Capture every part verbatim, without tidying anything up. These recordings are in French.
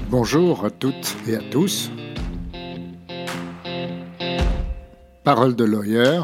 Bonjour à toutes et à tous. Parole de lawyer.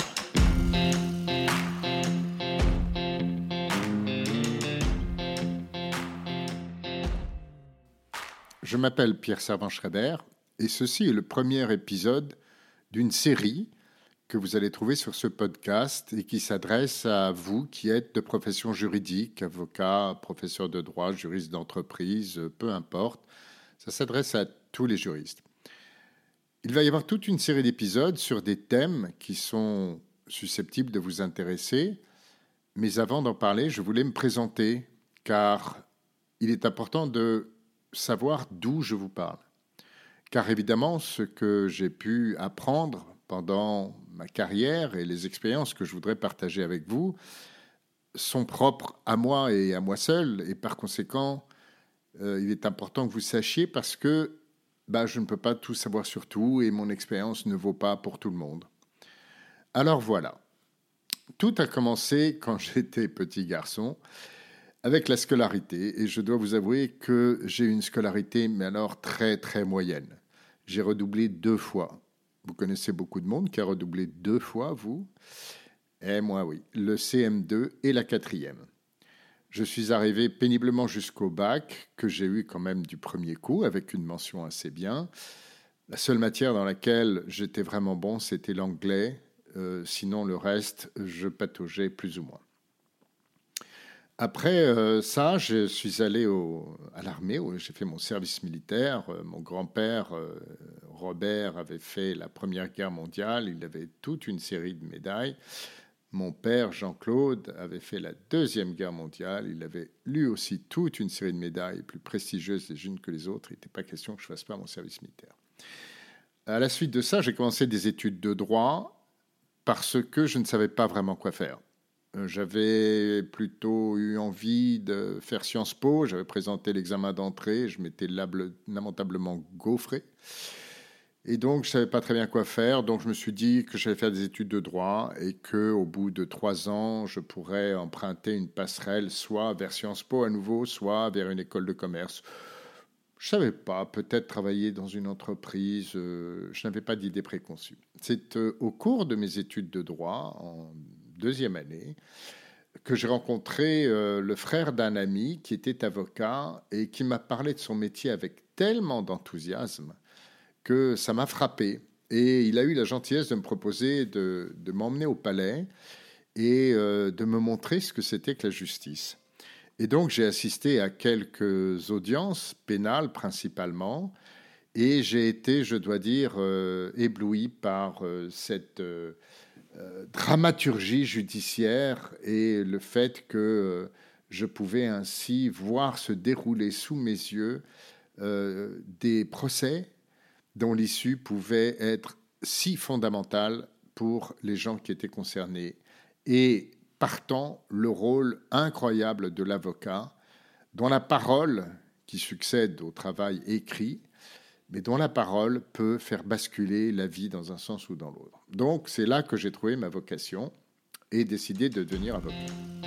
Je m'appelle Pierre Servan-Schreiber et ceci est le premier épisode d'une série que vous allez trouver sur ce podcast et qui s'adresse à vous qui êtes de profession juridique, avocat, professeur de droit, juriste d'entreprise, peu importe. Ça s'adresse à tous les juristes. Il va y avoir toute une série d'épisodes sur des thèmes qui sont susceptibles de vous intéresser. Mais avant d'en parler, je voulais me présenter, car il est important de savoir d'où je vous parle. Car évidemment, ce que j'ai pu apprendre pendant ma carrière et les expériences que je voudrais partager avec vous sont propres à moi et à moi seul. Et par conséquent, euh, il est important que vous sachiez parce que bah, je ne peux pas tout savoir sur tout et mon expérience ne vaut pas pour tout le monde. Alors voilà, tout a commencé quand j'étais petit garçon avec la scolarité et je dois vous avouer que j'ai une scolarité mais alors très très moyenne. J'ai redoublé deux fois. Vous connaissez beaucoup de monde qui a redoublé deux fois, vous ? Et moi oui, le C M deux et la quatrième. Je suis arrivé péniblement jusqu'au bac, que j'ai eu quand même du premier coup, avec une mention assez bien. La seule matière dans laquelle j'étais vraiment bon, c'était l'anglais. Euh, sinon, le reste, je pataugeais plus ou moins. Après euh, ça, je suis allé au, à l'armée, où j'ai fait mon service militaire. Euh, mon grand-père, euh, Robert, avait fait la Première Guerre mondiale. Il avait toute une série de médailles. Mon père, Jean-Claude, avait fait la Deuxième Guerre mondiale. Il avait lui aussi toute une série de médailles plus prestigieuses les unes que les autres. Il n'était pas question que je ne fasse pas mon service militaire. À la suite de ça, j'ai commencé des études de droit parce que je ne savais pas vraiment quoi faire. J'avais plutôt eu envie de faire Sciences Po. J'avais présenté l'examen d'entrée. Je m'étais lamentablement gaufré. Et donc, je ne savais pas très bien quoi faire. Donc, je me suis dit que j'allais faire des études de droit et qu'au bout de trois ans, je pourrais emprunter une passerelle soit vers Sciences Po à nouveau, soit vers une école de commerce. Je ne savais pas, peut-être travailler dans une entreprise. Euh, je n'avais pas d'idée préconçue. C'est euh, au cours de mes études de droit, en deuxième année, que j'ai rencontré euh, le frère d'un ami qui était avocat et qui m'a parlé de son métier avec tellement d'enthousiasme que ça m'a frappé. Et il a eu la gentillesse de me proposer de, de m'emmener au palais et euh, de me montrer ce que c'était que la justice. Et donc, j'ai assisté à quelques audiences pénales principalement, et j'ai été, je dois dire, euh, ébloui par euh, cette euh, euh, dramaturgie judiciaire et le fait que euh, je pouvais ainsi voir se dérouler sous mes yeux euh, des procès dont l'issue pouvait être si fondamentale pour les gens qui étaient concernés. Et partant, le rôle incroyable de l'avocat, dont la parole, qui succède au travail écrit, mais dont la parole peut faire basculer la vie dans un sens ou dans l'autre. Donc, c'est là que j'ai trouvé ma vocation et décidé de devenir avocat.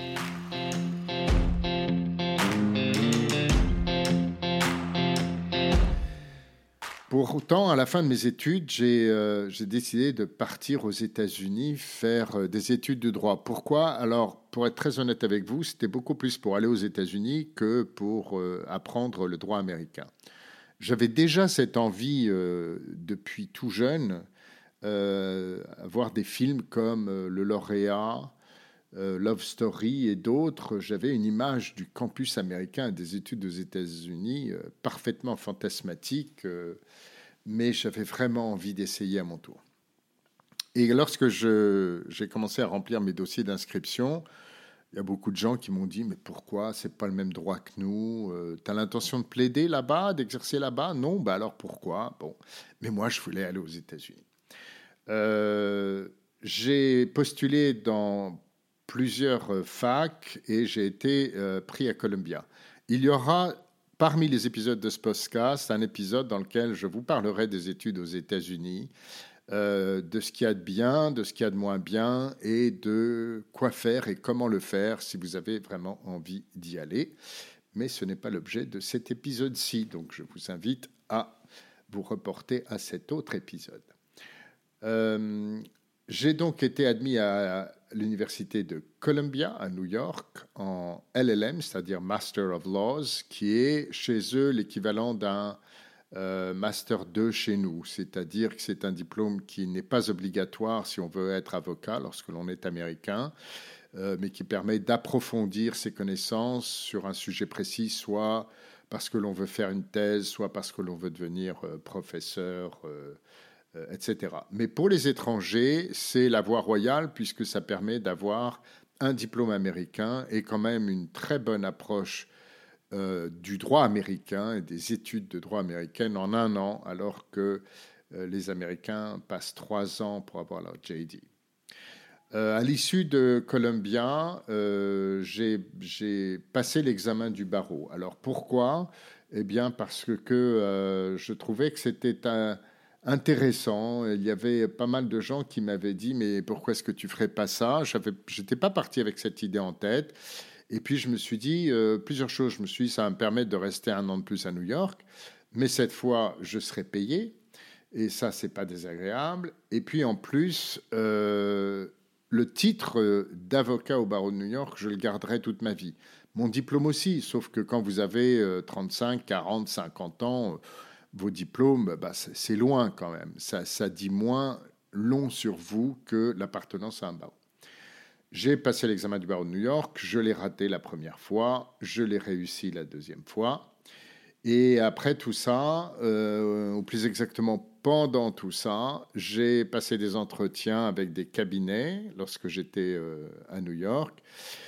Pour autant, à la fin de mes études, j'ai, euh, j'ai décidé de partir aux États-Unis faire euh, des études de droit. Pourquoi ? Alors, pour être très honnête avec vous, c'était beaucoup plus pour aller aux États-Unis que pour euh, apprendre le droit américain. J'avais déjà cette envie euh, depuis tout jeune, euh, voir des films comme euh, Le Lauréat, euh, Love Story et d'autres. J'avais une image du campus américain des études aux États-Unis euh, parfaitement fantasmatique, euh, mais j'avais vraiment envie d'essayer à mon tour. Et lorsque je, j'ai commencé à remplir mes dossiers d'inscription, il y a beaucoup de gens qui m'ont dit « Mais pourquoi ? C'est pas le même droit que nous. Euh, tu as l'intention de plaider là-bas, d'exercer là-bas ? Non, bah alors pourquoi ?» Bon, mais moi, je voulais aller aux États-Unis. Euh, j'ai postulé dans plusieurs facs et j'ai été euh, pris à Columbia. Il y aura, parmi les épisodes de ce podcast, un épisode dans lequel je vous parlerai des études aux États-Unis, euh, de ce qu'il y a de bien, de ce qu'il y a de moins bien et de quoi faire et comment le faire si vous avez vraiment envie d'y aller. mais ce n'est pas l'objet de cet épisode-ci. Donc, je vous invite à vous reporter à cet autre épisode. Euh, j'ai donc été admis à l'université de Columbia à New York en L L M, c'est-à-dire Master of Laws, qui est chez eux l'équivalent d'un euh, Master deux chez nous, c'est-à-dire que c'est un diplôme qui n'est pas obligatoire si on veut être avocat lorsque l'on est américain, euh, mais qui permet d'approfondir ses connaissances sur un sujet précis, soit parce que l'on veut faire une thèse, soit parce que l'on veut devenir euh, professeur, euh, euh, et cetera. Mais pour les étrangers, c'est la voie royale puisque ça permet d'avoir un diplôme américain et quand même une très bonne approche euh, du droit américain et des études de droit américain en un an, alors que euh, les Américains passent trois ans pour avoir leur J D. Euh, à l'issue de Columbia, euh, j'ai, j'ai passé l'examen du barreau. Alors pourquoi ? Eh bien parce que euh, je trouvais que c'était un, intéressant. Il y avait pas mal de gens qui m'avaient dit « mais pourquoi est-ce que tu ferais pas ça ?» Je n'étais pas parti avec cette idée en tête. Et puis je me suis dit euh, plusieurs choses. Je me suis dit ça va me permettre de rester un an de plus à New York, mais cette fois je serai payé. Et ça, c'est pas désagréable. Et puis en plus... Euh, le titre d'avocat au barreau de New York, je le garderai toute ma vie. Mon diplôme aussi, sauf que quand vous avez trente-cinq, quarante, cinquante ans, vos diplômes, bah, c'est loin quand même. Ça, ça dit moins long sur vous que l'appartenance à un barreau. J'ai passé l'examen du barreau de New York, je l'ai raté la première fois, je l'ai réussi la deuxième fois. Et après tout ça, euh, ou plus exactement pendant tout ça, j'ai passé des entretiens avec des cabinets lorsque j'étais euh, à New York.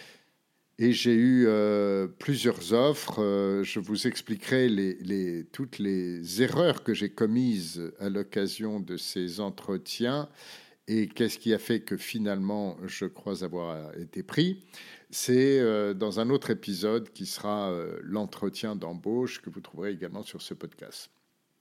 Et j'ai eu euh, plusieurs offres. Euh, je vous expliquerai les, les, toutes les erreurs que j'ai commises à l'occasion de ces entretiens et qu'est-ce qui a fait que finalement je crois avoir été pris. C'est euh, dans un autre épisode qui sera euh, l'entretien d'embauche que vous trouverez également sur ce podcast.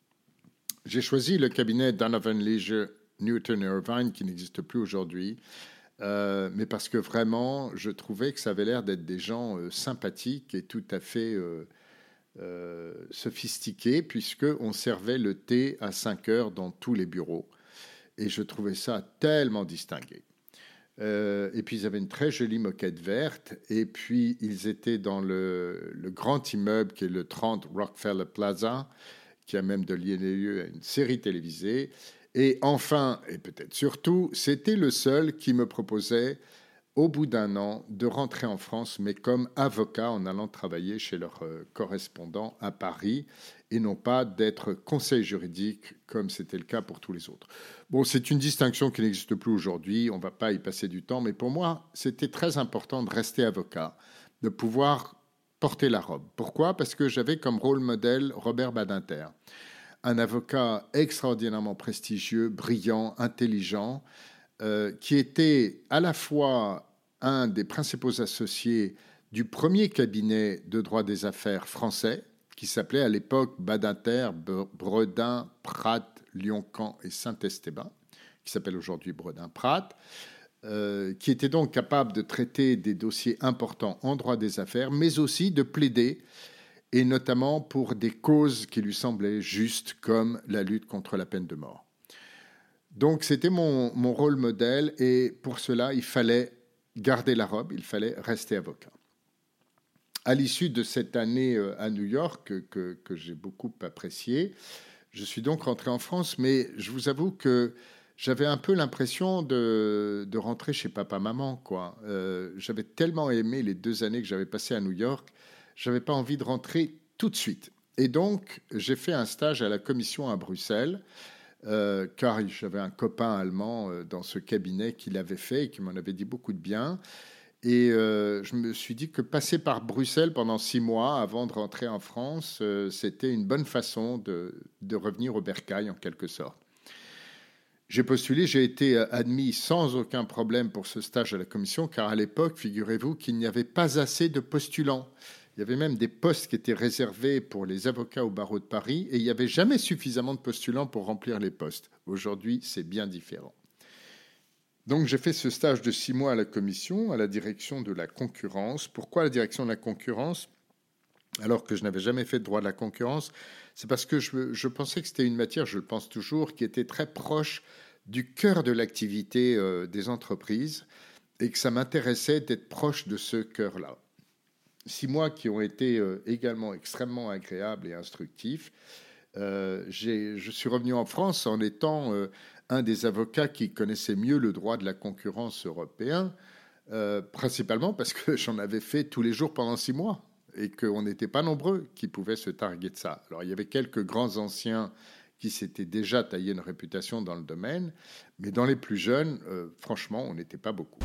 J'ai choisi le cabinet Donovan Leisure Newton Irvine qui n'existe plus aujourd'hui, euh, mais parce que vraiment je trouvais que ça avait l'air d'être des gens euh, sympathiques et tout à fait euh, euh, sophistiqués puisqu'on servait le thé à cinq heures dans tous les bureaux et je trouvais ça tellement distingué. Euh, et puis, ils avaient une très jolie moquette verte. Et puis, ils étaient dans le, le grand immeuble qui est le trente Rockefeller Plaza, qui a même donné lieu à une série télévisée. Et enfin, et peut-être surtout, c'était le seul qui me proposait, au bout d'un an, de rentrer en France, mais comme avocat en allant travailler chez leur euh, correspondant à Paris, et non pas d'être conseil juridique comme c'était le cas pour tous les autres. Bon, c'est une distinction qui n'existe plus aujourd'hui, on ne va pas y passer du temps, mais pour moi, c'était très important de rester avocat, de pouvoir porter la robe. Pourquoi ? Parce que j'avais comme rôle modèle Robert Badinter, un avocat extraordinairement prestigieux, brillant, intelligent, euh, qui était à la fois un des principaux associés du premier cabinet de droit des affaires français, qui s'appelait à l'époque Badinter, Bredin, Pratt, Lyon-Caen et Saint-Estébin, qui s'appelle aujourd'hui Bredin-Pratt, euh, qui était donc capable de traiter des dossiers importants en droit des affaires, mais aussi de plaider, et notamment pour des causes qui lui semblaient justes, comme la lutte contre la peine de mort. Donc c'était mon, mon rôle modèle, et pour cela, il fallait garder la robe, il fallait rester avocat. À l'issue de cette année à New York, que, que j'ai beaucoup appréciée, je suis donc rentré en France, mais je vous avoue que j'avais un peu l'impression de, de rentrer chez papa-maman, quoi. Euh, j'avais tellement aimé les deux années que j'avais passées à New York, j'avais pas envie de rentrer tout de suite. Et donc, j'ai fait un stage à la commission à Bruxelles, euh, car j'avais un copain allemand euh, dans ce cabinet qui l'avait fait et qui m'en avait dit beaucoup de bien. Et euh, je me suis dit que passer par Bruxelles pendant six mois avant de rentrer en France, euh, c'était une bonne façon de, de revenir au bercail en quelque sorte. J'ai postulé, j'ai été admis sans aucun problème pour ce stage à la commission, car à l'époque, figurez-vous qu'il n'y avait pas assez de postulants. Il y avait même des postes qui étaient réservés pour les avocats au barreau de Paris, et il n'y avait jamais suffisamment de postulants pour remplir les postes. Aujourd'hui, c'est bien différent. Donc, j'ai fait ce stage de six mois à la commission, à la direction de la concurrence. Pourquoi la direction de la concurrence ? alors que je n'avais jamais fait de droit de la concurrence, c'est parce que je, je pensais que c'était une matière, je le pense toujours, qui était très proche du cœur de l'activité euh, des entreprises et que ça m'intéressait d'être proche de ce cœur-là. Six mois qui ont été euh, également extrêmement agréables et instructifs. Euh, j'ai, je suis revenu en France en étant euh, un des avocats qui connaissait mieux le droit de la concurrence européen, euh, principalement parce que j'en avais fait tous les jours pendant six mois et qu'on n'était pas nombreux qui pouvaient se targuer de ça. Alors il y avait quelques grands anciens qui s'étaient déjà taillé une réputation dans le domaine, mais dans les plus jeunes, euh, franchement, on n'était pas beaucoup.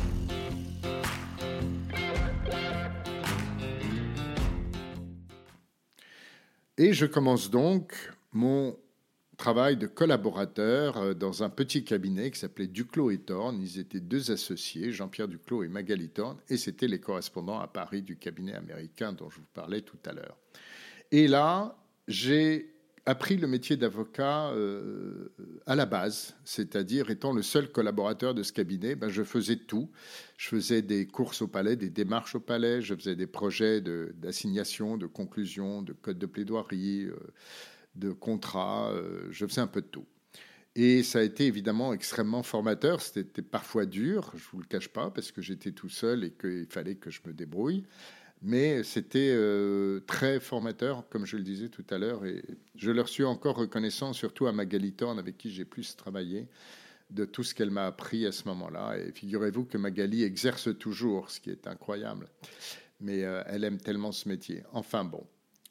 Et je commence donc mon travail de collaborateur dans un petit cabinet qui s'appelait Duclos et Thorne. Ils étaient deux associés, Jean-Pierre Duclos et Magali Thorne, et c'était les correspondants à Paris du cabinet américain dont je vous parlais tout à l'heure. Et là, j'ai appris le métier d'avocat euh, à la base, c'est-à-dire étant le seul collaborateur de ce cabinet, ben, je faisais tout. Je faisais des courses au palais, des démarches au palais, je faisais des projets de, d'assignation, de conclusion, de code de plaidoirie, euh, de contrat, euh, je faisais un peu de tout. Et ça a été évidemment extrêmement formateur, c'était parfois dur, je ne vous le cache pas, parce que j'étais tout seul et qu'il fallait que je me débrouille. Mais c'était euh, très formateur, comme je le disais tout à l'heure, et je leur suis encore reconnaissant, surtout à Magali Thorne, avec qui j'ai plus travaillé, de tout ce qu'elle m'a appris à ce moment-là. Et figurez-vous que Magali exerce toujours, ce qui est incroyable. Mais euh, elle aime tellement ce métier. Enfin bon.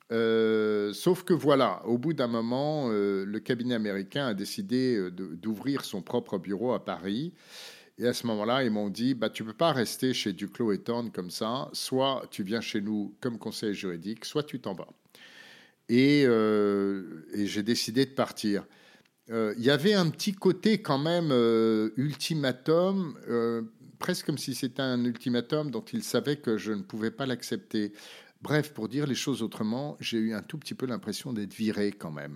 Euh, sauf que voilà, au bout d'un moment, euh, le cabinet américain a décidé de, d'ouvrir son propre bureau à Paris. Et à ce moment-là, ils m'ont dit, bah, tu ne peux pas rester chez Duclos et Thorne comme ça. Soit tu viens chez nous comme conseiller juridique, soit tu t'en vas. Et, euh, et j'ai décidé de partir. Il euh, y avait un petit côté quand même euh, ultimatum, euh, presque comme si c'était un ultimatum dont ils savaient que je ne pouvais pas l'accepter. Bref, pour dire les choses autrement, j'ai eu un tout petit peu l'impression d'être viré quand même.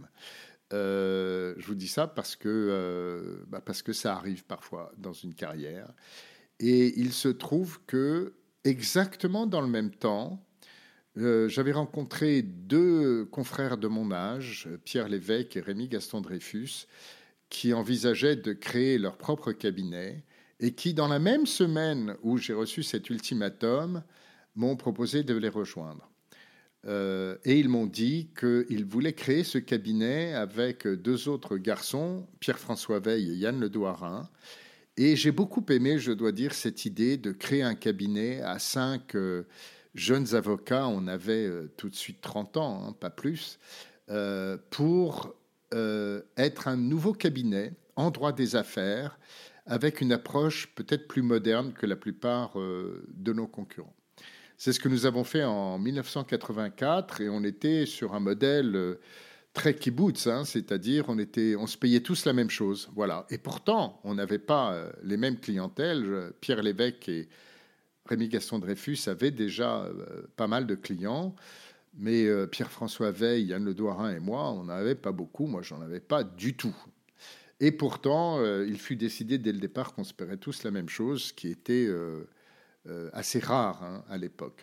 Euh, je vous dis ça parce que, euh, bah parce que ça arrive parfois dans une carrière. Et il se trouve que, exactement dans le même temps, euh, j'avais rencontré deux confrères de mon âge, Pierre Lévesque et Rémi Gaston Dreyfus, qui envisageaient de créer leur propre cabinet et qui, dans la même semaine où j'ai reçu cet ultimatum, m'ont proposé de les rejoindre. Euh, et ils m'ont dit qu'ils voulaient créer ce cabinet avec deux autres garçons, Pierre-François Veil et Yann Le Douarin. Et j'ai beaucoup aimé, je dois dire, cette idée de créer un cabinet à cinq euh, jeunes avocats. On avait euh, tout de suite trente ans, hein, pas plus, euh, pour euh, être un nouveau cabinet en droit des affaires avec une approche peut-être plus moderne que la plupart euh, de nos concurrents. C'est ce que nous avons fait en mille neuf cent quatre-vingt-quatre et on était sur un modèle très kibbutz, hein, c'est-à-dire on, était, on se payait tous la même chose. Voilà. Et pourtant, on n'avait pas les mêmes clientèles. Pierre Lévesque et Rémi Gaston Dreyfus avaient déjà pas mal de clients, mais Pierre-François Veil, Yann Le Douarin et moi, on n'en avait pas beaucoup. Moi, j'en avais pas du tout. Et pourtant, il fut décidé dès le départ qu'on se paierait tous la même chose, ce qui était... Euh, Euh, assez rare hein, à l'époque.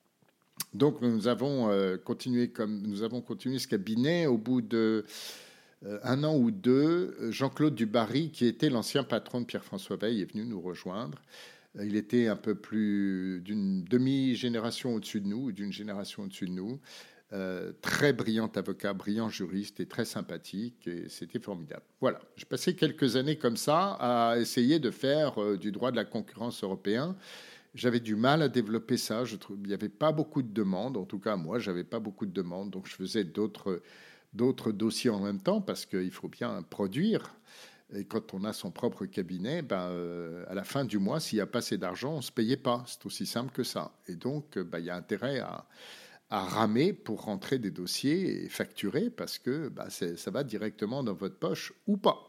Donc nous avons, euh, continué comme, nous avons continué ce cabinet. Au bout de euh, un an ou deux, Jean-Claude Dubarry, qui était l'ancien patron de Pierre-François Veil, est venu nous rejoindre. Il était un peu plus d'une demi-génération au-dessus de nous, d'une génération au-dessus de nous. Euh, très brillant avocat, brillant juriste et très sympathique, et c'était formidable. Voilà, j'ai passé quelques années comme ça à essayer de faire euh, du droit de la concurrence européen. J'avais du mal à développer ça. Je trouve, il n'y avait pas beaucoup de demandes. En tout cas, moi, je n'avais pas beaucoup de demandes. Donc, je faisais d'autres, d'autres dossiers en même temps parce qu'il faut bien produire. Et quand on a son propre cabinet, ben, euh, à la fin du mois, s'il n'y a pas assez d'argent, on ne se payait pas. C'est aussi simple que ça. Et donc, ben, il y a intérêt à, à ramer pour rentrer des dossiers et facturer parce que ben, ça va directement dans votre poche ou pas.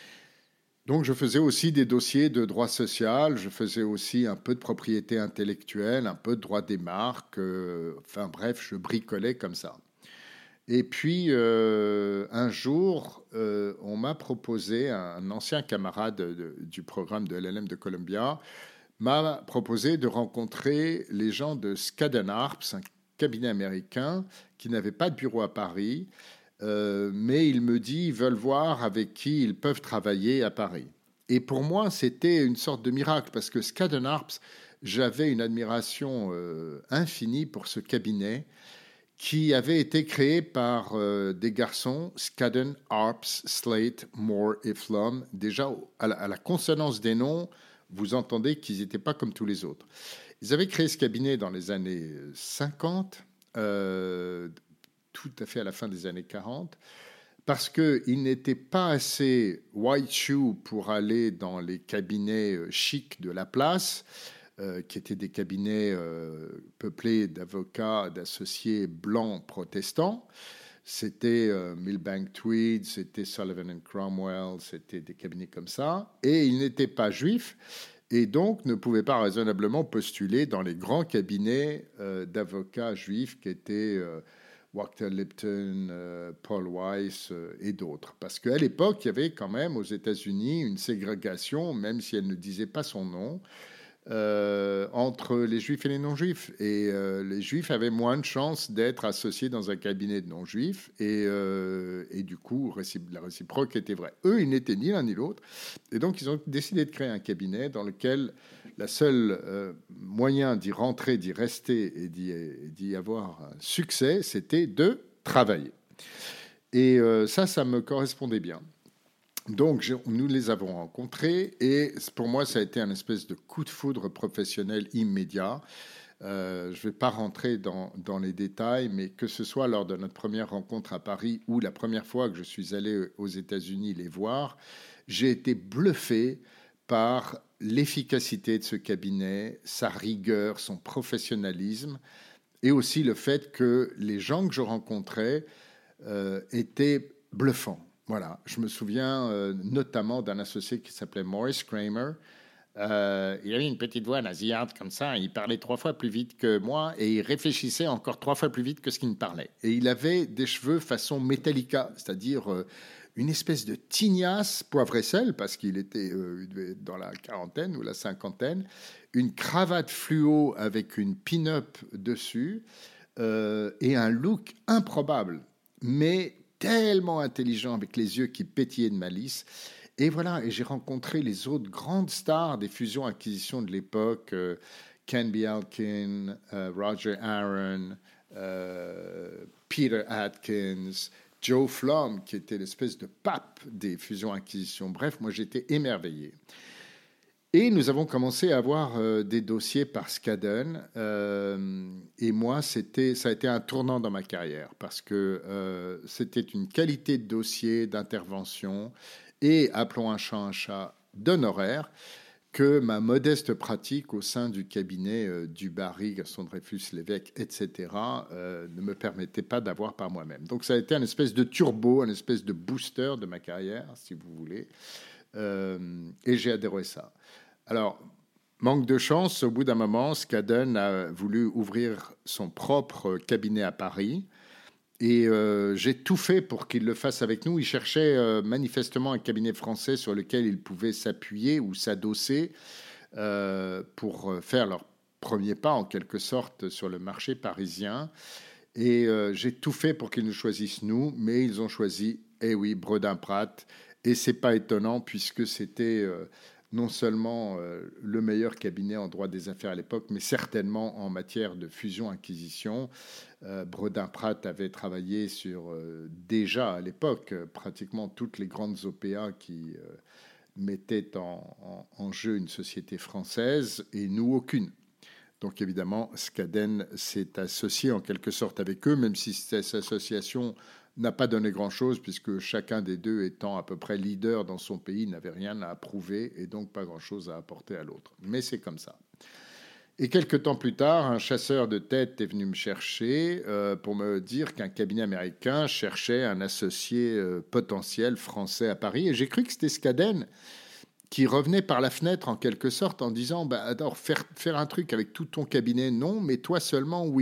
Donc, je faisais aussi des dossiers de droit social, je faisais aussi un peu de propriété intellectuelle, un peu de droit des marques, euh, enfin bref, je bricolais comme ça. Et puis, euh, un jour, euh, on m'a proposé, un ancien camarade de, du programme de L L M de Columbia, m'a proposé de rencontrer les gens de Skadden Arps, cabinet américain qui n'avait pas de bureau à Paris, euh, mais il me dit ils veulent voir avec qui ils peuvent travailler à Paris. Et pour moi, c'était une sorte de miracle, parce que Skadden Arps, j'avais une admiration euh, infinie pour ce cabinet qui avait été créé par euh, des garçons, Skadden, Arps, Slate, Moore et Flom. Déjà, à la, à la consonance des noms, vous entendez qu'ils n'étaient pas comme tous les autres. Ils avaient créé ce cabinet dans les années cinquante, euh, tout à fait à la fin des années quarante, parce qu'ils n'étaient pas assez white shoe pour aller dans les cabinets chics de la place, euh, qui étaient des cabinets euh, peuplés d'avocats, d'associés blancs protestants. C'était euh, Milbank Tweed, c'était Sullivan and Cromwell, c'était des cabinets comme ça. Et ils n'étaient pas juifs, et donc ne pouvaient pas raisonnablement postuler dans les grands cabinets euh, d'avocats juifs qui étaient... Euh, Wachter Lipton, euh, Paul Weiss euh, et d'autres. Parce qu'à l'époque, il y avait quand même aux États-Unis une ségrégation, même si elle ne disait pas son nom, euh, entre les juifs et les non-juifs. Et euh, les juifs avaient moins de chances d'être associés dans un cabinet de non-juifs. Et, euh, et du coup, la réciproque était vraie. Eux, ils n'étaient ni l'un ni l'autre. Et donc, ils ont décidé de créer un cabinet dans lequel la seule euh, moyen d'y rentrer, d'y rester et d'y, et d'y avoir un succès, c'était de travailler. Et euh, ça, ça me correspondait bien. Donc, je, nous les avons rencontrés et pour moi, ça a été un espèce de coup de foudre professionnel immédiat. Euh, je ne vais pas rentrer dans, dans les détails, mais que ce soit lors de notre première rencontre à Paris ou la première fois que je suis allé aux États-Unis les voir, j'ai été bluffé par l'efficacité de ce cabinet, sa rigueur, son professionnalisme, et aussi le fait que les gens que je rencontrais euh, étaient bluffants. Voilà, je me souviens euh, notamment d'un associé qui s'appelait Maurice Kramer. Euh, il avait une petite voix nasillarde comme ça, il parlait trois fois plus vite que moi et il réfléchissait encore trois fois plus vite que ce qu'il ne parlait. Et il avait des cheveux façon Metallica, c'est-à-dire euh, une espèce de tignasse poivre et sel, parce qu'il était euh, dans la quarantaine ou la cinquantaine, une cravate fluo avec une pin-up dessus euh, et un look improbable, mais tellement intelligent, avec les yeux qui pétillaient de malice. Et voilà, et j'ai rencontré les autres grandes stars des fusions-acquisitions de l'époque, euh, Ken Bialkin, euh, Roger Aaron, euh, Peter Atkins, Joe Flom, qui était l'espèce de pape des fusions-acquisitions. Bref, moi, j'étais émerveillé. Et nous avons commencé à avoir euh, des dossiers par Skadden. Euh, et moi, c'était, ça a été un tournant dans ma carrière parce que euh, c'était une qualité de dossier, d'intervention et, appelons un chat un chat, d'honoraires que ma modeste pratique au sein du cabinet euh, du Barry, Gaston Dreyfus-Lévesque, et cetera, euh, ne me permettait pas d'avoir par moi-même. Donc ça a été un espèce de turbo, un espèce de booster de ma carrière, si vous voulez. Euh, et j'ai adoré ça. Alors, manque de chance, au bout d'un moment, Skadden a voulu ouvrir son propre cabinet à Paris. Et euh, j'ai tout fait pour qu'il le fasse avec nous. Il cherchait euh, manifestement un cabinet français sur lequel il pouvait s'appuyer ou s'adosser euh, pour faire leur premier pas, en quelque sorte, sur le marché parisien. Et euh, j'ai tout fait pour qu'ils nous choisissent, nous, mais ils ont choisi, eh oui, Bredin-Pratt. Et c'est pas étonnant, puisque c'était... Euh, non seulement euh, le meilleur cabinet en droit des affaires à l'époque, mais certainement en matière de fusion-acquisition. Euh, Bredin-Pratt avait travaillé sur, euh, déjà à l'époque, euh, pratiquement toutes les grandes O P A qui euh, mettaient en, en, en jeu une société française, et nous, aucune. Donc évidemment, Skadden s'est associé en quelque sorte avec eux, même si cette association n'a pas donné grand-chose, puisque chacun des deux, étant à peu près leader dans son pays, n'avait rien à prouver et donc pas grand-chose à apporter à l'autre. Mais c'est comme ça. Et quelques temps plus tard, un chasseur de tête est venu me chercher euh, pour me dire qu'un cabinet américain cherchait un associé euh, potentiel français à Paris. Et j'ai cru que c'était Skadden qui revenait par la fenêtre en quelque sorte en disant bah, « alors, faire, faire un truc avec tout ton cabinet, non, mais toi seulement, oui ».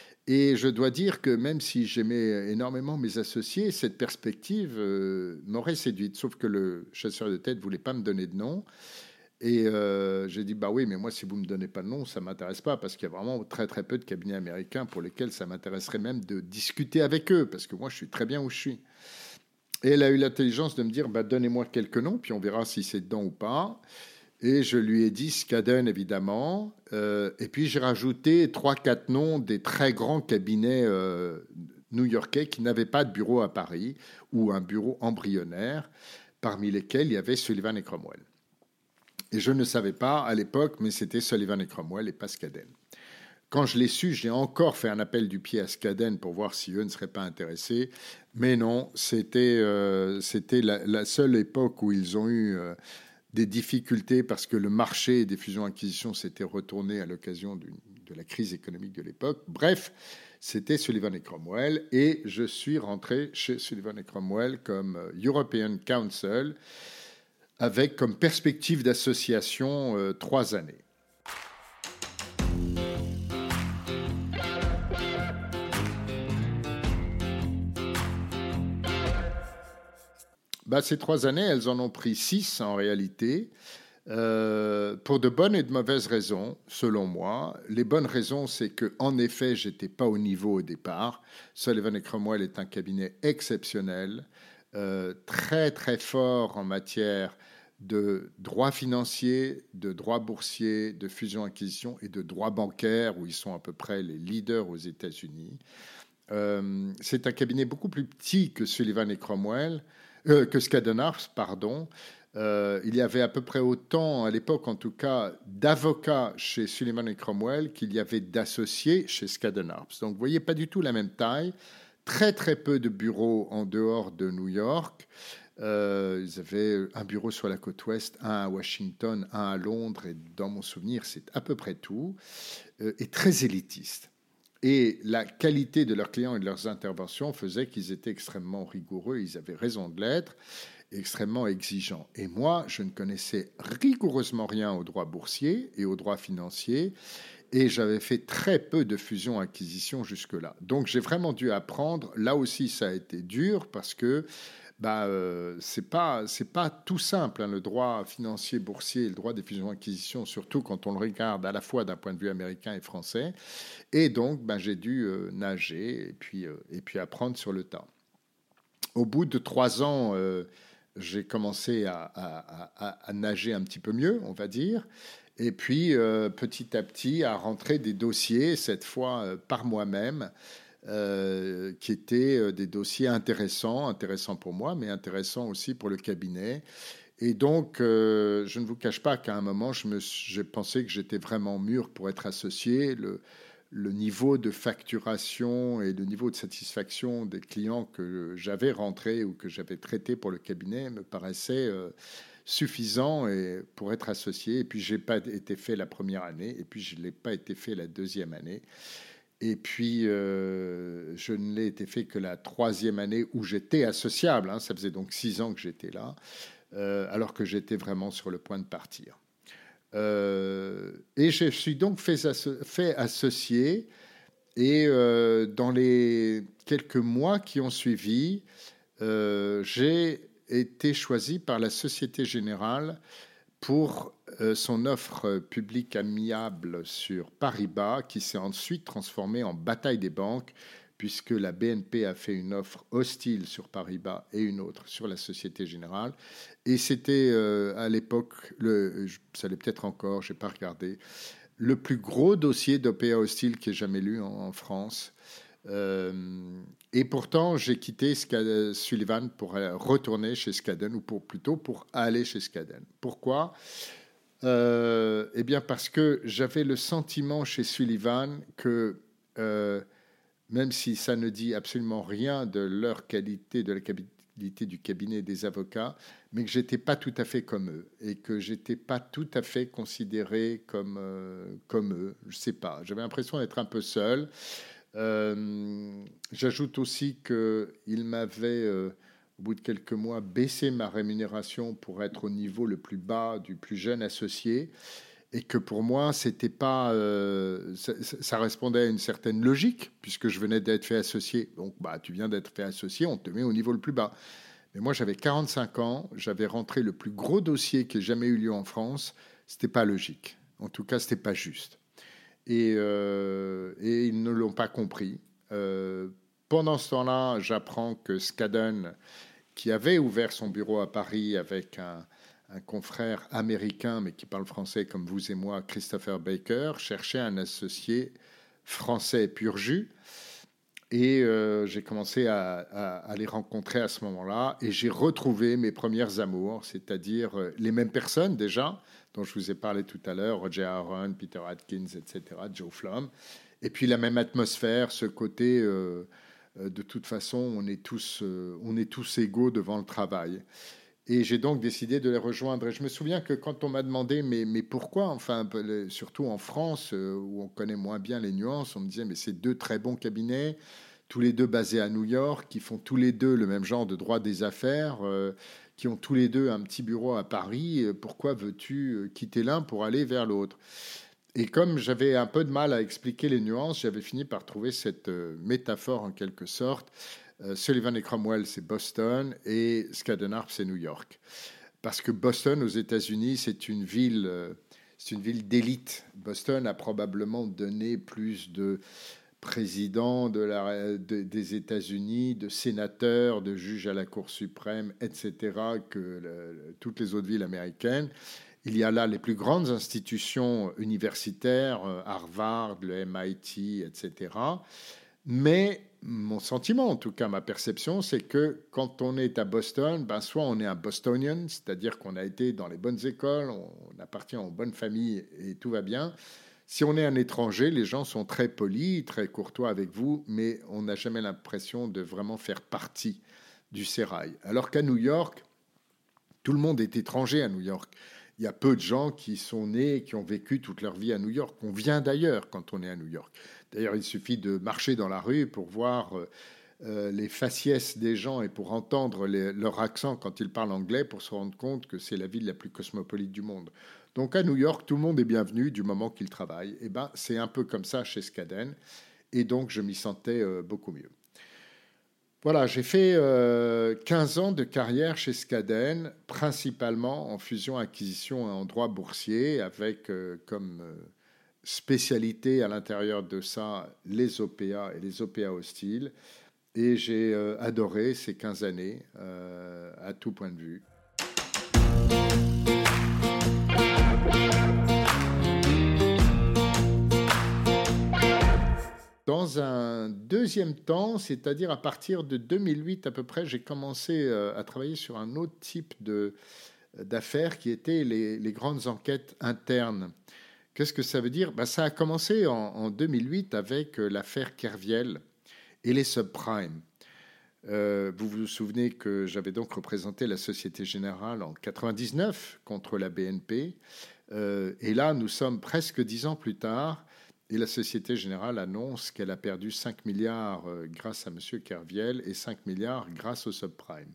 Et je dois dire que même si j'aimais énormément mes associés, cette perspective euh, m'aurait séduite, sauf que le chasseur de tête ne voulait pas me donner de nom. Et euh, j'ai dit, bah oui, mais moi, si vous ne me donnez pas de nom, ça ne m'intéresse pas, parce qu'il y a vraiment très, très peu de cabinets américains pour lesquels ça m'intéresserait même de discuter avec eux, parce que moi, je suis très bien où je suis. Et elle a eu l'intelligence de me dire, bah, donnez-moi quelques noms, puis on verra si c'est dedans ou pas. Et je lui ai dit Skadden, évidemment. Euh, et puis, j'ai rajouté trois, quatre noms des très grands cabinets euh, new-yorkais qui n'avaient pas de bureau à Paris, ou un bureau embryonnaire, parmi lesquels il y avait Sullivan et Cromwell. Et je ne savais pas à l'époque, mais c'était Sullivan et Cromwell et pas Skadden. Quand je l'ai su, j'ai encore fait un appel du pied à Skadden pour voir si eux ne seraient pas intéressés. Mais non, c'était, euh, c'était la, la seule époque où ils ont eu euh, des difficultés parce que le marché des fusions-acquisitions s'était retourné à l'occasion d'une, de la crise économique de l'époque. Bref, c'était Sullivan et Cromwell. Et je suis rentré chez Sullivan et Cromwell comme European Counsel, avec comme perspective d'association euh, trois années. Bah, ces trois années, elles en ont pris six en réalité, euh, pour de bonnes et de mauvaises raisons, selon moi. Les bonnes raisons, c'est qu'en effet, je n'étais pas au niveau au départ. Sullivan et Cromwell est un cabinet exceptionnel, euh, très très fort en matière de droit financier, de droit boursier, de fusion-acquisition et de droit bancaire, où ils sont à peu près les leaders aux États-Unis. Euh, c'est un cabinet beaucoup plus petit que Sullivan et Cromwell, euh, que Skadden Arps, pardon. Euh, il y avait à peu près autant, à l'époque en tout cas, d'avocats chez Sullivan et Cromwell qu'il y avait d'associés chez Skadden Arps. Donc vous voyez, pas du tout la même taille. Très très peu de bureaux en dehors de New York. Euh, ils avaient un bureau sur la côte ouest, un à Washington, un à Londres, et dans mon souvenir, c'est à peu près tout, euh, et très élitiste. Et la qualité de leurs clients et de leurs interventions faisait qu'ils étaient extrêmement rigoureux, ils avaient raison de l'être, extrêmement exigeants. Et moi, je ne connaissais rigoureusement rien au droit boursier et au droit financier, et j'avais fait très peu de fusions-acquisitions jusque-là. Donc j'ai vraiment dû apprendre. Là aussi, ça a été dur parce que bah, euh, c'est pas c'est pas tout simple, hein, le droit financier, boursier, et le droit des fusions-acquisitions, surtout quand on le regarde à la fois d'un point de vue américain et français. Et donc, bah, j'ai dû euh, nager et puis euh, et puis apprendre sur le tas. Au bout de trois ans, euh, j'ai commencé à, à, à, à, nager un petit peu mieux, on va dire. Et puis, euh, petit à petit, à rentrer des dossiers, cette fois euh, par moi-même, euh, qui étaient euh, des dossiers intéressants, intéressants pour moi, mais intéressants aussi pour le cabinet. Et donc, euh, je ne vous cache pas qu'à un moment, je me, j'ai pensé que j'étais vraiment mûr pour être associé. Le, le niveau de facturation et le niveau de satisfaction des clients que j'avais rentrés ou que j'avais traités pour le cabinet me paraissait euh, suffisant et pour être associé. Et puis, je n'ai pas été fait la première année, et puis je ne l'ai pas été fait la deuxième année. Et puis, euh, je ne l'ai été fait que la troisième année où j'étais associable. Hein, ça faisait donc six ans que j'étais là, euh, alors que j'étais vraiment sur le point de partir. Euh, et je suis donc fait, asso- fait associé. Et euh, dans les quelques mois qui ont suivi, euh, j'ai été choisi par la Société Générale pour euh, son offre publique amiable sur Paribas, qui s'est ensuite transformée en bataille des banques, puisque la B N P a fait une offre hostile sur Paribas et une autre sur la Société Générale. Et c'était euh, à l'époque, le, ça l'est peut-être encore, je n'ai pas regardé, le plus gros dossier d'O P A hostile qui ait jamais lu en, en France. Euh, et pourtant, j'ai quitté Skadden, Sullivan pour retourner chez Skadden, ou pour, plutôt pour aller chez Skadden. Pourquoi ? euh, Eh bien, parce que j'avais le sentiment chez Sullivan que, euh, même si ça ne dit absolument rien de leur qualité, de la qualité du cabinet des avocats, mais que j'étais pas tout à fait comme eux et que j'étais pas tout à fait considéré comme, euh, comme eux. Je sais pas. J'avais l'impression d'être un peu seul. Euh, j'ajoute aussi qu'il m'avait, euh, au bout de quelques mois, baissé ma rémunération pour être au niveau le plus bas du plus jeune associé, et que pour moi, c'était pas, euh, ça, ça répondait à une certaine logique, puisque je venais d'être fait associé. Donc, bah, tu viens d'être fait associé, on te met au niveau le plus bas. Mais moi, j'avais quarante-cinq ans, j'avais rentré le plus gros dossier qui ait jamais eu lieu en France, c'était pas logique. En tout cas, c'était pas juste. Et, euh, et ils ne l'ont pas compris. Euh, pendant ce temps-là, j'apprends que Skadden, qui avait ouvert son bureau à Paris avec un, un confrère américain, mais qui parle français comme vous et moi, Christopher Baker, cherchait un associé français pur jus. Et euh, j'ai commencé à, à, à les rencontrer à ce moment-là. Et j'ai retrouvé mes premières amours, c'est-à-dire euh, les mêmes personnes déjà, dont je vous ai parlé tout à l'heure, Roger Aaron, Peter Atkins, et cetera, Joe Flom. Et puis la même atmosphère, ce côté, euh, euh, de toute façon, on est, tous, euh, on est tous égaux devant le travail. Et j'ai donc décidé de les rejoindre. Et je me souviens que quand on m'a demandé, mais, mais pourquoi, enfin, surtout en France, euh, où on connaît moins bien les nuances, on me disait, mais c'est deux très bons cabinets, tous les deux basés à New York, qui font tous les deux le même genre de droit des affaires, euh, qui ont tous les deux un petit bureau à Paris. Pourquoi veux-tu quitter l'un pour aller vers l'autre? Et comme j'avais un peu de mal à expliquer les nuances, j'avais fini par trouver cette euh, métaphore en quelque sorte. Euh, Sullivan et Cromwell, c'est Boston, et Skadden Arps, c'est New York. Parce que Boston, aux États-Unis, c'est une ville, euh, c'est une ville d'élite. Boston a probablement donné plus de présidents de la, de, des États-Unis, de sénateurs, de juges à la Cour suprême, et cetera, que le, toutes les autres villes américaines. Il y a là les plus grandes institutions universitaires, Harvard, le M I T, et cetera. Mais mon sentiment, en tout cas ma perception, c'est que quand on est à Boston, ben soit on est un Bostonian, c'est-à-dire qu'on a été dans les bonnes écoles, on appartient aux bonnes familles et tout va bien. Si on est un étranger, les gens sont très polis, très courtois avec vous, mais on n'a jamais l'impression de vraiment faire partie du sérail. Alors qu'à New York, tout le monde est étranger à New York. Il y a peu de gens qui sont nés, qui ont vécu toute leur vie à New York. On vient d'ailleurs quand on est à New York. D'ailleurs, il suffit de marcher dans la rue pour voir euh, les faciès des gens et pour entendre les, leur accent quand ils parlent anglais pour se rendre compte que c'est la ville la plus cosmopolite du monde. Donc à New York, tout le monde est bienvenu du moment qu'il travaille. Et ben, c'est un peu comme ça chez Skadden. Et donc, je m'y sentais euh, beaucoup mieux. Voilà, j'ai fait euh, quinze ans de carrière chez Skadden, principalement en fusion-acquisition et en droit boursier, avec euh, comme euh, spécialité à l'intérieur de ça les O P A et les O P A hostiles. Et j'ai euh, adoré ces quinze années euh, à tout point de vue. Dans un deuxième temps, c'est-à-dire à partir de deux mille huit à peu près, j'ai commencé à travailler sur un autre type de, d'affaires qui étaient les, les grandes enquêtes internes. Qu'est-ce que ça veut dire? Ben, ça a commencé en, en deux mille huit avec l'affaire Kerviel et les subprimes. Euh, vous vous souvenez que j'avais donc représenté la Société Générale en quatre-vingt-dix-neuf contre la B N P. Euh, et là, nous sommes presque dix ans plus tard. Et la Société Générale annonce qu'elle a perdu cinq milliards grâce à M. Kerviel et cinq milliards grâce au subprime.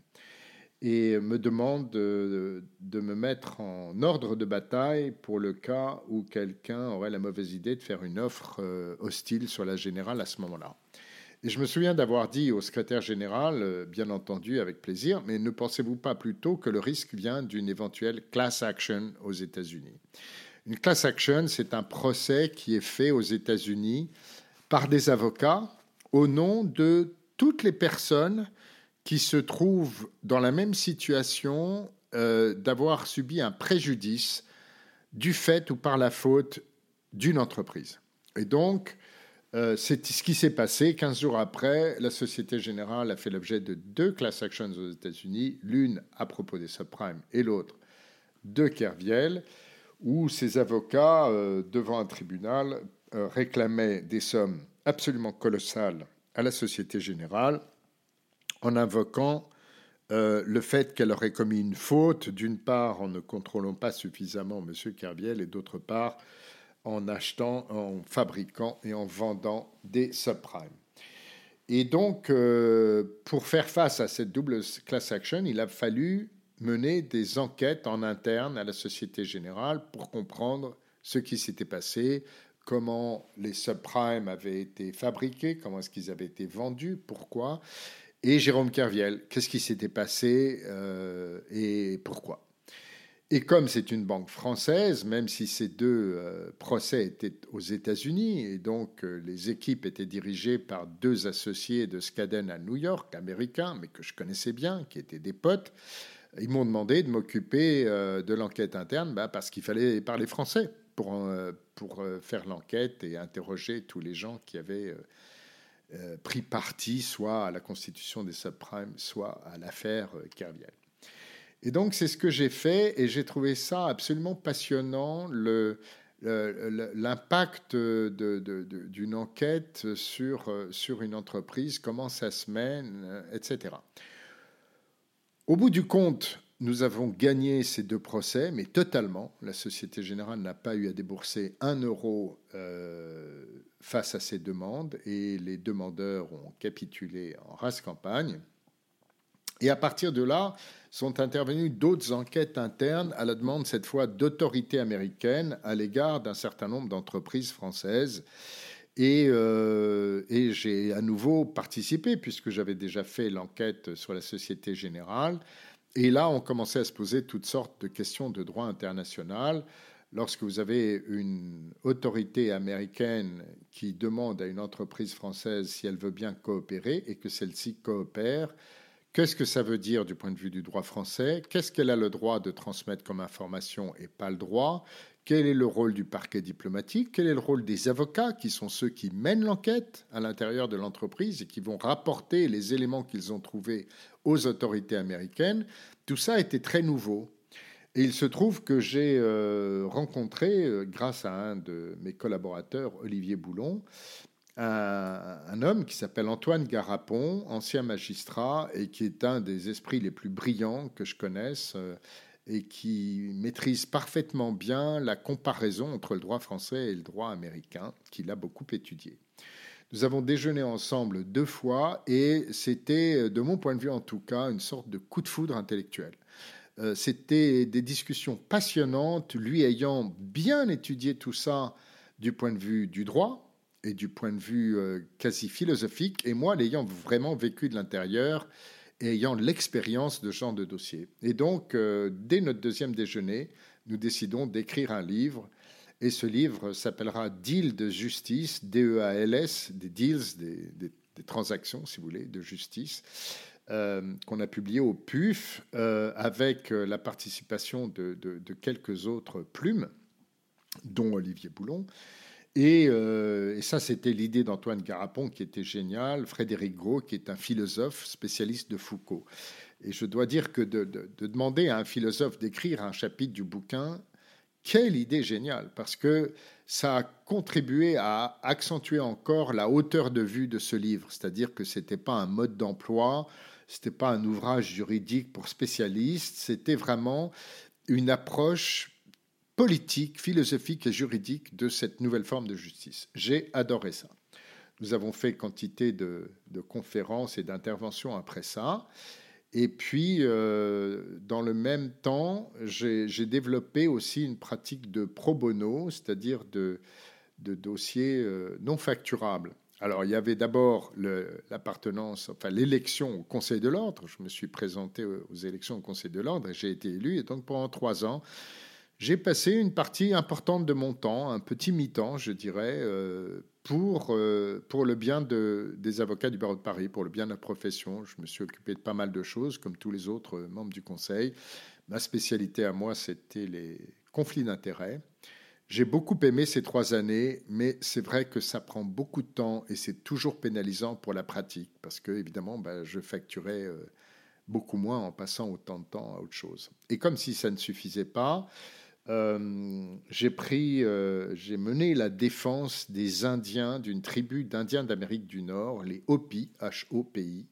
Et me demande de, de me mettre en ordre de bataille pour le cas où quelqu'un aurait la mauvaise idée de faire une offre hostile sur la Générale à ce moment-là. Et je me souviens d'avoir dit au secrétaire général, bien entendu avec plaisir, mais ne pensez-vous pas plutôt que le risque vient d'une éventuelle class action aux États-Unis? Une class action, c'est un procès qui est fait aux États-Unis par des avocats au nom de toutes les personnes qui se trouvent dans la même situation euh, d'avoir subi un préjudice du fait ou par la faute d'une entreprise. Et donc, euh, c'est ce qui s'est passé. quinze jours après, la Société Générale a fait l'objet de deux class actions aux États-Unis, l'une à propos des subprimes et l'autre de Kerviel, où ces avocats, euh, devant un tribunal, euh, réclamaient des sommes absolument colossales à la Société Générale en invoquant euh, le fait qu'elle aurait commis une faute, d'une part en ne contrôlant pas suffisamment M. Kerviel et d'autre part en achetant, en fabriquant et en vendant des subprimes. Et donc, euh, pour faire face à cette double class action, il a fallu mener des enquêtes en interne à la Société Générale pour comprendre ce qui s'était passé, comment les subprimes avaient été fabriqués, comment est-ce qu'ils avaient été vendus, pourquoi. Et Jérôme Kerviel, qu'est-ce qui s'était passé euh, et pourquoi. Et comme c'est une banque française, même si ces deux euh, procès étaient aux États-Unis, et donc euh, les équipes étaient dirigées par deux associés de Skadden à New York, américains, mais que je connaissais bien, qui étaient des potes, ils m'ont demandé de m'occuper euh, de l'enquête interne bah, parce qu'il fallait parler français pour, euh, pour euh, faire l'enquête et interroger tous les gens qui avaient euh, euh, pris parti soit à la constitution des subprimes, soit à l'affaire euh, Kerviel. Et donc, c'est ce que j'ai fait et j'ai trouvé ça absolument passionnant, le, le, l'impact de, de, de, d'une enquête sur, sur une entreprise, comment ça se mène, et cetera. Au bout du compte, nous avons gagné ces deux procès, mais totalement. La Société Générale n'a pas eu à débourser un euro euh, face à ces demandes et les demandeurs ont capitulé en race campagne. Et à partir de là, sont intervenues d'autres enquêtes internes à la demande, cette fois, d'autorités américaines à l'égard d'un certain nombre d'entreprises françaises. Et, euh, et j'ai à nouveau participé, puisque j'avais déjà fait l'enquête sur la Société Générale. Et là, on commençait à se poser toutes sortes de questions de droit international. Lorsque vous avez une autorité américaine qui demande à une entreprise française si elle veut bien coopérer et que celle-ci coopère, qu'est-ce que ça veut dire du point de vue du droit français? Qu'est-ce qu'elle a le droit de transmettre comme information et pas le droit? Quel est le rôle du parquet diplomatique? Quel est le rôle des avocats qui sont ceux qui mènent l'enquête à l'intérieur de l'entreprise et qui vont rapporter les éléments qu'ils ont trouvés aux autorités américaines? Tout ça était très nouveau. Et il se trouve que j'ai euh, rencontré, euh, grâce à un de mes collaborateurs, Olivier Boulon, Un, un homme qui s'appelle Antoine Garapon, ancien magistrat, et qui est un des esprits les plus brillants que je connaisse, euh, et qui maîtrise parfaitement bien la comparaison entre le droit français et le droit américain, qu'il a beaucoup étudié. Nous avons déjeuné ensemble deux fois, et c'était, de mon point de vue en tout cas, une sorte de coup de foudre intellectuel. Euh, c'était des discussions passionnantes, lui ayant bien étudié tout ça du point de vue du droit, et du point de vue euh, quasi philosophique, et moi l'ayant vraiment vécu de l'intérieur et ayant l'expérience de ce genre de dossier. Et donc, euh, dès notre deuxième déjeuner, nous décidons d'écrire un livre, et ce livre s'appellera Deal de justice, D E A L S, des deals, des, des, des transactions, si vous voulez, de justice, euh, qu'on a publié au P U F, euh, avec la participation de, de, de quelques autres plumes, dont Olivier Boulon. Et, euh, et ça, c'était l'idée d'Antoine Garapon qui était géniale, Frédéric Gros qui est un philosophe spécialiste de Foucault. Et je dois dire que de, de, de demander à un philosophe d'écrire un chapitre du bouquin, quelle idée géniale, parce que ça a contribué à accentuer encore la hauteur de vue de ce livre, c'est-à-dire que ce n'était pas un mode d'emploi, ce n'était pas un ouvrage juridique pour spécialistes, c'était vraiment une approche politique, philosophique et juridique de cette nouvelle forme de justice. J'ai adoré ça. Nous avons fait quantité de, de conférences et d'interventions après ça. Et puis, euh, dans le même temps, j'ai, j'ai développé aussi une pratique de pro bono, c'est-à-dire de, de dossiers euh, non facturables. Alors, il y avait d'abord le, l'appartenance, enfin l'élection au Conseil de l'Ordre. Je me suis présenté aux élections au Conseil de l'Ordre et j'ai été élu. Et donc, pendant trois ans, j'ai passé une partie importante de mon temps, un petit mi-temps, je dirais, euh, pour, euh, pour le bien de, des avocats du barreau de Paris, pour le bien de la profession. Je me suis occupé de pas mal de choses, comme tous les autres membres du Conseil. Ma spécialité à moi, c'était les conflits d'intérêts. J'ai beaucoup aimé ces trois années, mais c'est vrai que ça prend beaucoup de temps et c'est toujours pénalisant pour la pratique, parce que, évidemment, ben, je facturais euh, beaucoup moins en passant autant de temps à autre chose. Et comme si ça ne suffisait pas, Euh, j'ai pris, euh, j'ai mené la défense des Indiens, d'une tribu d'Indiens d'Amérique du Nord, les Hopi, H O P I,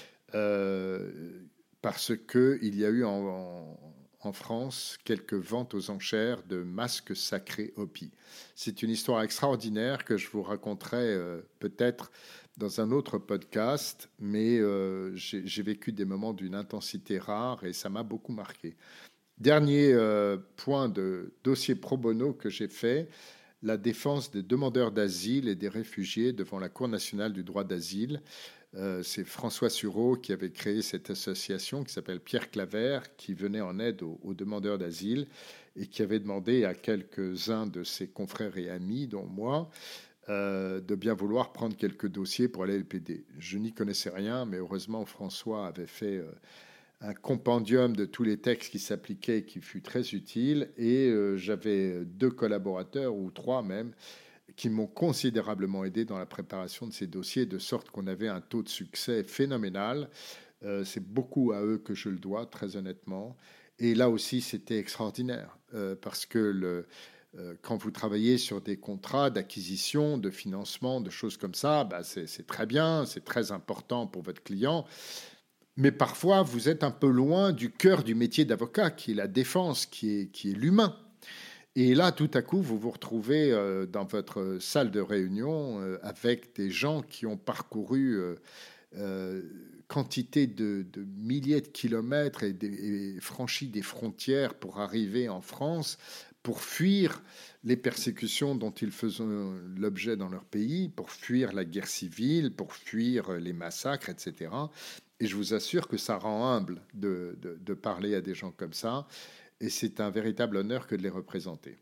euh, parce qu'il y a eu en, en, en France quelques ventes aux enchères de masques sacrés Hopi. C'est une histoire extraordinaire que je vous raconterai euh, peut-être dans un autre podcast, mais euh, j'ai, j'ai vécu des moments d'une intensité rare et ça m'a beaucoup marqué. Dernier euh, point de dossier pro bono que j'ai fait, la défense des demandeurs d'asile et des réfugiés devant la Cour nationale du droit d'asile. Euh, c'est François Sureau qui avait créé cette association qui s'appelle Pierre Claver, qui venait en aide aux, aux demandeurs d'asile et qui avait demandé à quelques-uns de ses confrères et amis, dont moi, euh, de bien vouloir prendre quelques dossiers pour aller à L P D. Je n'y connaissais rien, mais heureusement, François avait fait euh, un compendium de tous les textes qui s'appliquaient, qui fut très utile, et euh, j'avais deux collaborateurs, ou trois même, qui m'ont considérablement aidé dans la préparation de ces dossiers, de sorte qu'on avait un taux de succès phénoménal. Euh, c'est beaucoup à eux que je le dois, très honnêtement. Et là aussi, c'était extraordinaire, euh, parce que le, euh, quand vous travaillez sur des contrats d'acquisition, de financement, de choses comme ça, bah c'est, c'est très bien, c'est très important pour votre client. Mais parfois, vous êtes un peu loin du cœur du métier d'avocat, qui est la défense, qui est, qui est l'humain. Et là, tout à coup, vous vous retrouvez euh, dans votre salle de réunion euh, avec des gens qui ont parcouru euh, euh, quantité de, de milliers de kilomètres et, des, et franchi des frontières pour arriver en France, pour fuir les persécutions dont ils faisaient l'objet dans leur pays, pour fuir la guerre civile, pour fuir les massacres, et cetera. Et je vous assure que ça rend humble de, de, de parler à des gens comme ça. Et c'est un véritable honneur que de les représenter.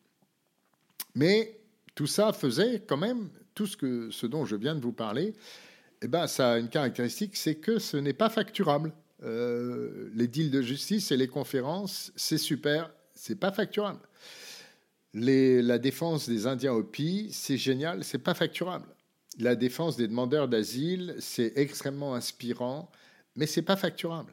Mais tout ça faisait quand même, tout ce, que, ce dont je viens de vous parler, eh ben, ça a une caractéristique, c'est que ce n'est pas facturable. Euh, les deals de justice et les conférences, c'est super, c'est pas facturable. Les, la défense des Indiens Hopi, c'est génial, c'est pas facturable. La défense des demandeurs d'asile, c'est extrêmement inspirant, mais c'est pas facturable.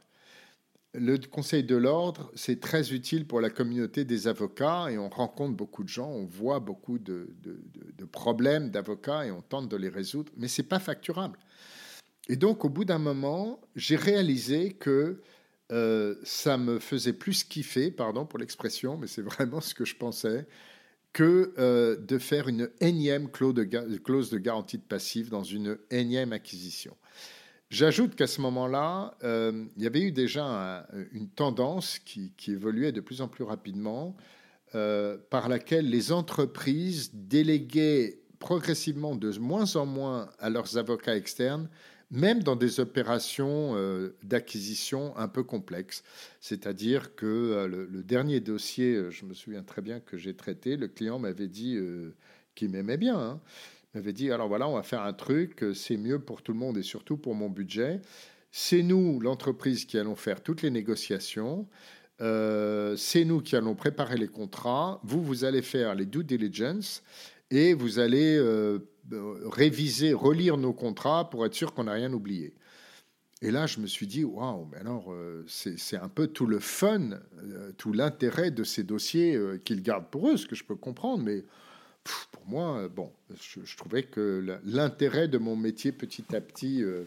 Le Conseil de l'ordre, c'est très utile pour la communauté des avocats et on rencontre beaucoup de gens, on voit beaucoup de, de, de, de problèmes d'avocats et on tente de les résoudre, mais ce n'est pas facturable. Et donc, au bout d'un moment, j'ai réalisé que euh, ça me faisait plus kiffer, pardon pour l'expression, mais c'est vraiment ce que je pensais, que euh, de faire une énième clause de, clause de garantie de passif dans une énième acquisition. J'ajoute qu'à ce moment-là, euh, il y avait eu déjà un, une tendance qui, qui évoluait de plus en plus rapidement, euh, par laquelle les entreprises déléguaient progressivement de moins en moins à leurs avocats externes, même dans des opérations euh, d'acquisition un peu complexes. C'est-à-dire que euh, le, le dernier dossier, je me souviens très bien que j'ai traité, le client m'avait dit euh, qu'il m'aimait bien, hein, m'avait dit, alors voilà, on va faire un truc, c'est mieux pour tout le monde et surtout pour mon budget. C'est nous, l'entreprise, qui allons faire toutes les négociations. Euh, c'est nous qui allons préparer les contrats. Vous, vous allez faire les due diligence et vous allez euh, réviser, relire nos contrats pour être sûr qu'on n'a rien oublié. Et là, je me suis dit, waouh, mais alors, euh, c'est, c'est un peu tout le fun, euh, tout l'intérêt de ces dossiers euh, qu'ils gardent pour eux, ce que je peux comprendre, mais pour moi, bon, je, je trouvais que l'intérêt de mon métier petit à petit euh,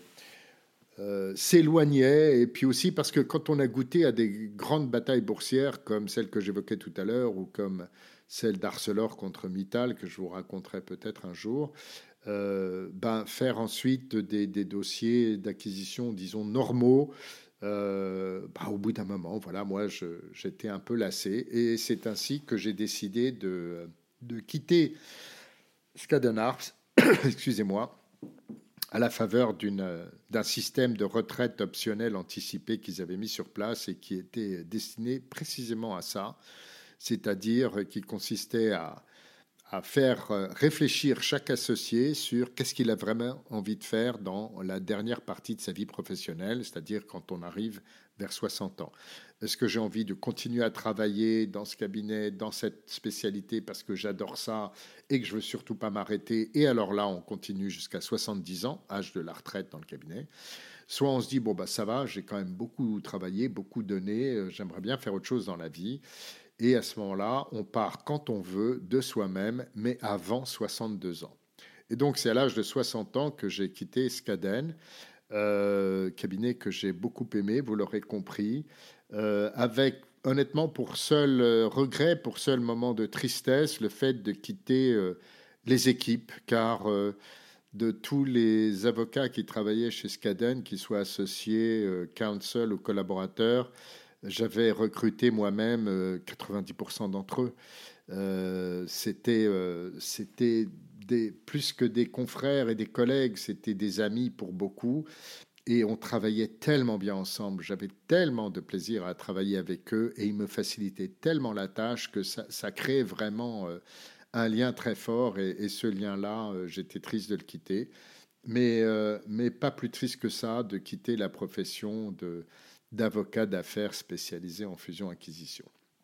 euh, s'éloignait. Et puis aussi parce que quand on a goûté à des grandes batailles boursières comme celle que j'évoquais tout à l'heure ou comme celle d'Arcelor contre Mittal, que je vous raconterai peut-être un jour, euh, ben, faire ensuite des, des dossiers d'acquisition, disons, normaux, euh, ben, au bout d'un moment, voilà, moi, je, j'étais un peu lassé. Et c'est ainsi que j'ai décidé de... de quitter Skadden Arps, excusez-moi, à la faveur d'une, d'un système de retraite optionnelle anticipée qu'ils avaient mis sur place et qui était destiné précisément à ça, c'est-à-dire qui consistait à, à faire réfléchir chaque associé sur qu'est-ce qu'il a vraiment envie de faire dans la dernière partie de sa vie professionnelle, c'est-à-dire quand on arrive vers soixante ans. Est-ce que j'ai envie de continuer à travailler dans ce cabinet, dans cette spécialité parce que j'adore ça et que je veux surtout pas m'arrêter? Et alors là, on continue jusqu'à soixante-dix ans, âge de la retraite dans le cabinet. Soit on se dit, bon, bah, ça va, j'ai quand même beaucoup travaillé, beaucoup donné, j'aimerais bien faire autre chose dans la vie. Et à ce moment-là, on part quand on veut de soi-même, mais avant soixante-deux ans. Et donc, c'est à l'âge de soixante ans que j'ai quitté Skadden, euh, cabinet que j'ai beaucoup aimé, vous l'aurez compris, euh, avec honnêtement pour seul euh, regret, pour seul moment de tristesse, le fait de quitter euh, les équipes, car euh, de tous les avocats qui travaillaient chez Skadden, qu'ils soient associés, euh, counsel ou collaborateurs, j'avais recruté moi-même euh, quatre-vingt-dix pour cent d'entre eux. Euh, c'était, euh, c'était des, plus que des confrères et des collègues, c'était des amis pour beaucoup. Et on travaillait tellement bien ensemble, j'avais tellement de plaisir à travailler avec eux et ils me facilitaient tellement la tâche que ça, ça créait vraiment euh, un lien très fort. Et, et ce lien-là, euh, j'étais triste de le quitter. Mais, euh, mais pas plus triste que ça de quitter la profession de, d'avocat d'affaires spécialisé en fusion-acquisition.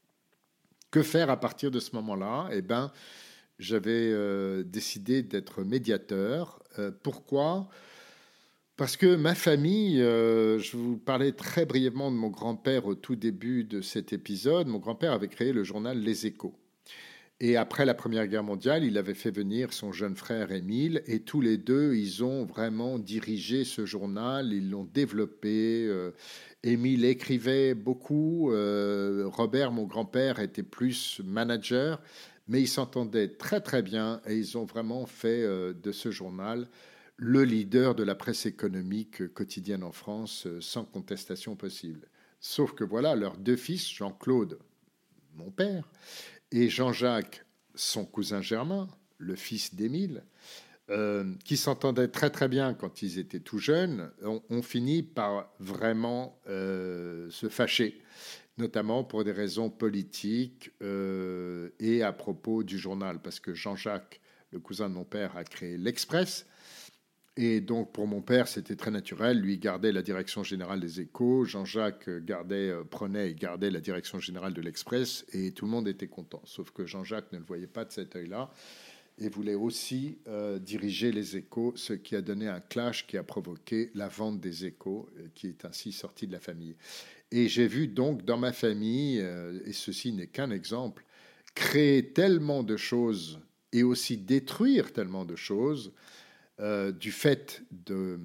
Que faire à partir de ce moment-là? Eh bien, j'avais euh, décidé d'être médiateur. Euh, pourquoi? Parce que ma famille, euh, je vous parlais très brièvement de mon grand-père au tout début de cet épisode. Mon grand-père avait créé le journal Les Échos. Et après la Première Guerre mondiale, il avait fait venir son jeune frère Émile, et tous les deux, ils ont vraiment dirigé ce journal, ils l'ont développé. Euh, Émile écrivait beaucoup, euh, Robert, mon grand-père, était plus manager, mais ils s'entendaient très très bien, et ils ont vraiment fait euh, de ce journal le leader de la presse économique quotidienne en France, euh, sans contestation possible. Sauf que voilà, leurs deux fils, Jean-Claude, mon père, et Jean-Jacques, son cousin germain, le fils d'Émile, euh, qui s'entendaient très très bien quand ils étaient tout jeunes, ont, ont fini par vraiment euh, se fâcher, notamment pour des raisons politiques euh, et à propos du journal, parce que Jean-Jacques, le cousin de mon père, a créé l'Express. Et donc, pour mon père, c'était très naturel. Lui gardait la direction générale des Échos. Jean-Jacques gardait, prenait et gardait la direction générale de l'Express. Et tout le monde était content. Sauf que Jean-Jacques ne le voyait pas de cet œil-là et voulait aussi euh, diriger les Échos, ce qui a donné un clash qui a provoqué la vente des Échos, qui est ainsi sortie de la famille. Et j'ai vu donc dans ma famille, euh, et ceci n'est qu'un exemple, créer tellement de choses et aussi détruire tellement de choses Euh, du fait de,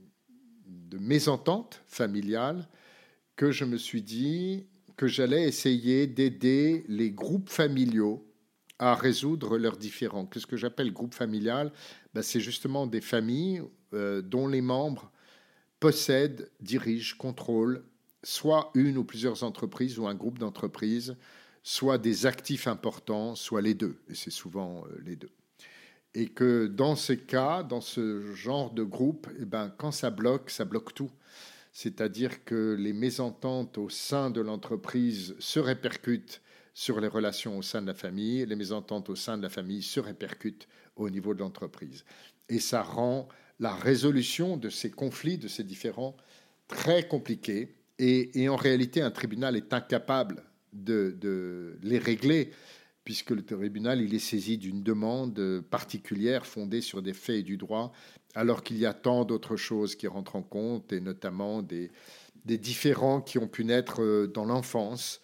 de mésententes familiales que je me suis dit que j'allais essayer d'aider les groupes familiaux à résoudre leurs différends. Qu'est-ce que j'appelle groupe familial? Ben, c'est justement des familles euh, dont les membres possèdent, dirigent, contrôlent soit une ou plusieurs entreprises ou un groupe d'entreprises, soit des actifs importants, soit les deux. Et c'est souvent euh, les deux. Et que dans ces cas, dans ce genre de groupe, eh ben, quand ça bloque, ça bloque tout. C'est-à-dire que les mésententes au sein de l'entreprise se répercutent sur les relations au sein de la famille, les mésententes au sein de la famille se répercutent au niveau de l'entreprise. Et ça rend la résolution de ces conflits, de ces différends, très compliquée. Et, et en réalité, un tribunal est incapable de, de les régler, puisque le tribunal il est saisi d'une demande particulière fondée sur des faits et du droit, alors qu'il y a tant d'autres choses qui rentrent en compte, et notamment des, des différends qui ont pu naître dans l'enfance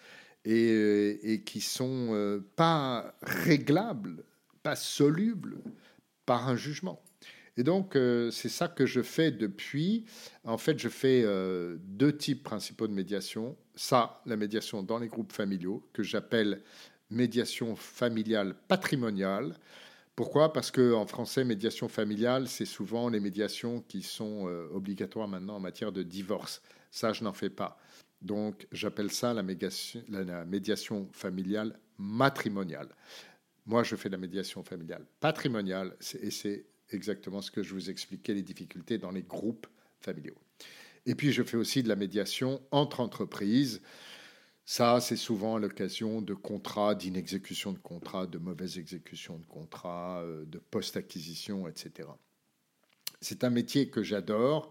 et, et qui ne sont pas réglables, pas solubles par un jugement. Et donc, euh, c'est ça que je fais depuis. En fait, je fais euh, deux types principaux de médiation. Ça, la médiation dans les groupes familiaux, que j'appelle médiation familiale patrimoniale. Pourquoi? Parce qu'en français, médiation familiale, c'est souvent les médiations qui sont euh, obligatoires maintenant en matière de divorce. Ça, je n'en fais pas. Donc, j'appelle ça la médiation, la médiation familiale matrimoniale. Moi, je fais la médiation familiale patrimoniale, et c'est exactement ce que je vous expliquais, les difficultés dans les groupes familiaux. Et puis, je fais aussi de la médiation entre entreprises. Ça, c'est souvent à l'occasion de contrats, d'inexécution de contrats, de mauvaise exécution de contrats, de post-acquisition, et cetera. C'est un métier que j'adore.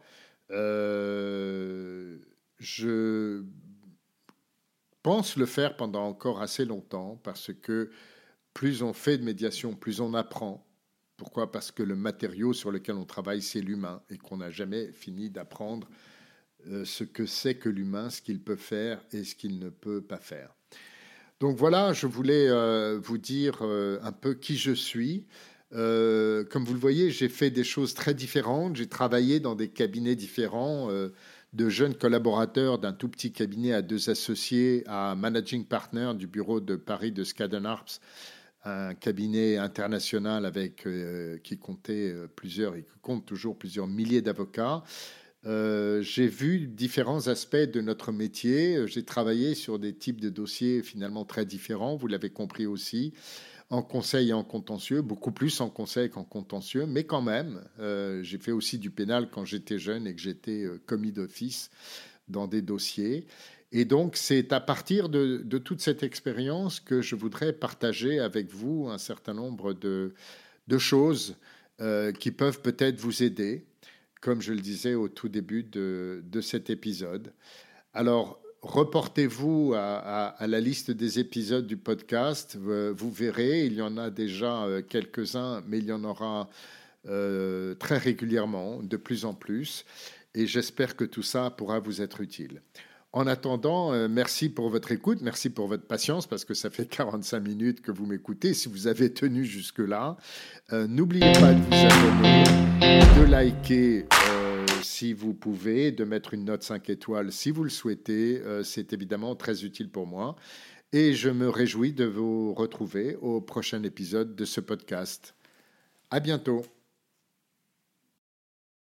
Euh, je pense le faire pendant encore assez longtemps parce que plus on fait de médiation, plus on apprend. Pourquoi? Parce que le matériau sur lequel on travaille, c'est l'humain et qu'on n'a jamais fini d'apprendre ce que c'est que l'humain, ce qu'il peut faire et ce qu'il ne peut pas faire. Donc voilà, je voulais euh, vous dire euh, un peu qui je suis. Euh, comme vous le voyez, j'ai fait des choses très différentes. J'ai travaillé dans des cabinets différents, euh, de jeunes collaborateurs d'un tout petit cabinet à deux associés, à managing partner du bureau de Paris de Skadden Arps, un cabinet international avec, euh, qui comptait plusieurs et qui compte toujours plusieurs milliers d'avocats. Euh, j'ai vu différents aspects de notre métier. J'ai travaillé sur des types de dossiers finalement très différents, vous l'avez compris aussi. en conseil et en contentieux, beaucoup plus en conseil qu'en contentieux, mais quand même, euh, j'ai fait aussi du pénal quand j'étais jeune et que j'étais euh, commis d'office dans des dossiers. Et donc, c'est à partir de, de toute cette expérience que je voudrais partager avec vous un certain nombre de, de choses euh, qui peuvent peut-être vous aider, comme je le disais au tout début de, de cet épisode. Alors, reportez-vous à, à, à la liste des épisodes du podcast. Vous verrez, il y en a déjà quelques-uns, mais il y en aura euh, très régulièrement, de plus en plus. Et j'espère que tout ça pourra vous être utile. En attendant, euh, merci pour votre écoute, merci pour votre patience, parce que ça fait quarante-cinq minutes que vous m'écoutez. Si vous avez tenu jusque-là, euh, n'oubliez pas de vous abonner, de liker euh, si vous pouvez, de mettre une note cinq étoiles si vous le souhaitez. Euh, c'est évidemment très utile pour moi. Et je me réjouis de vous retrouver au prochain épisode de ce podcast. À bientôt.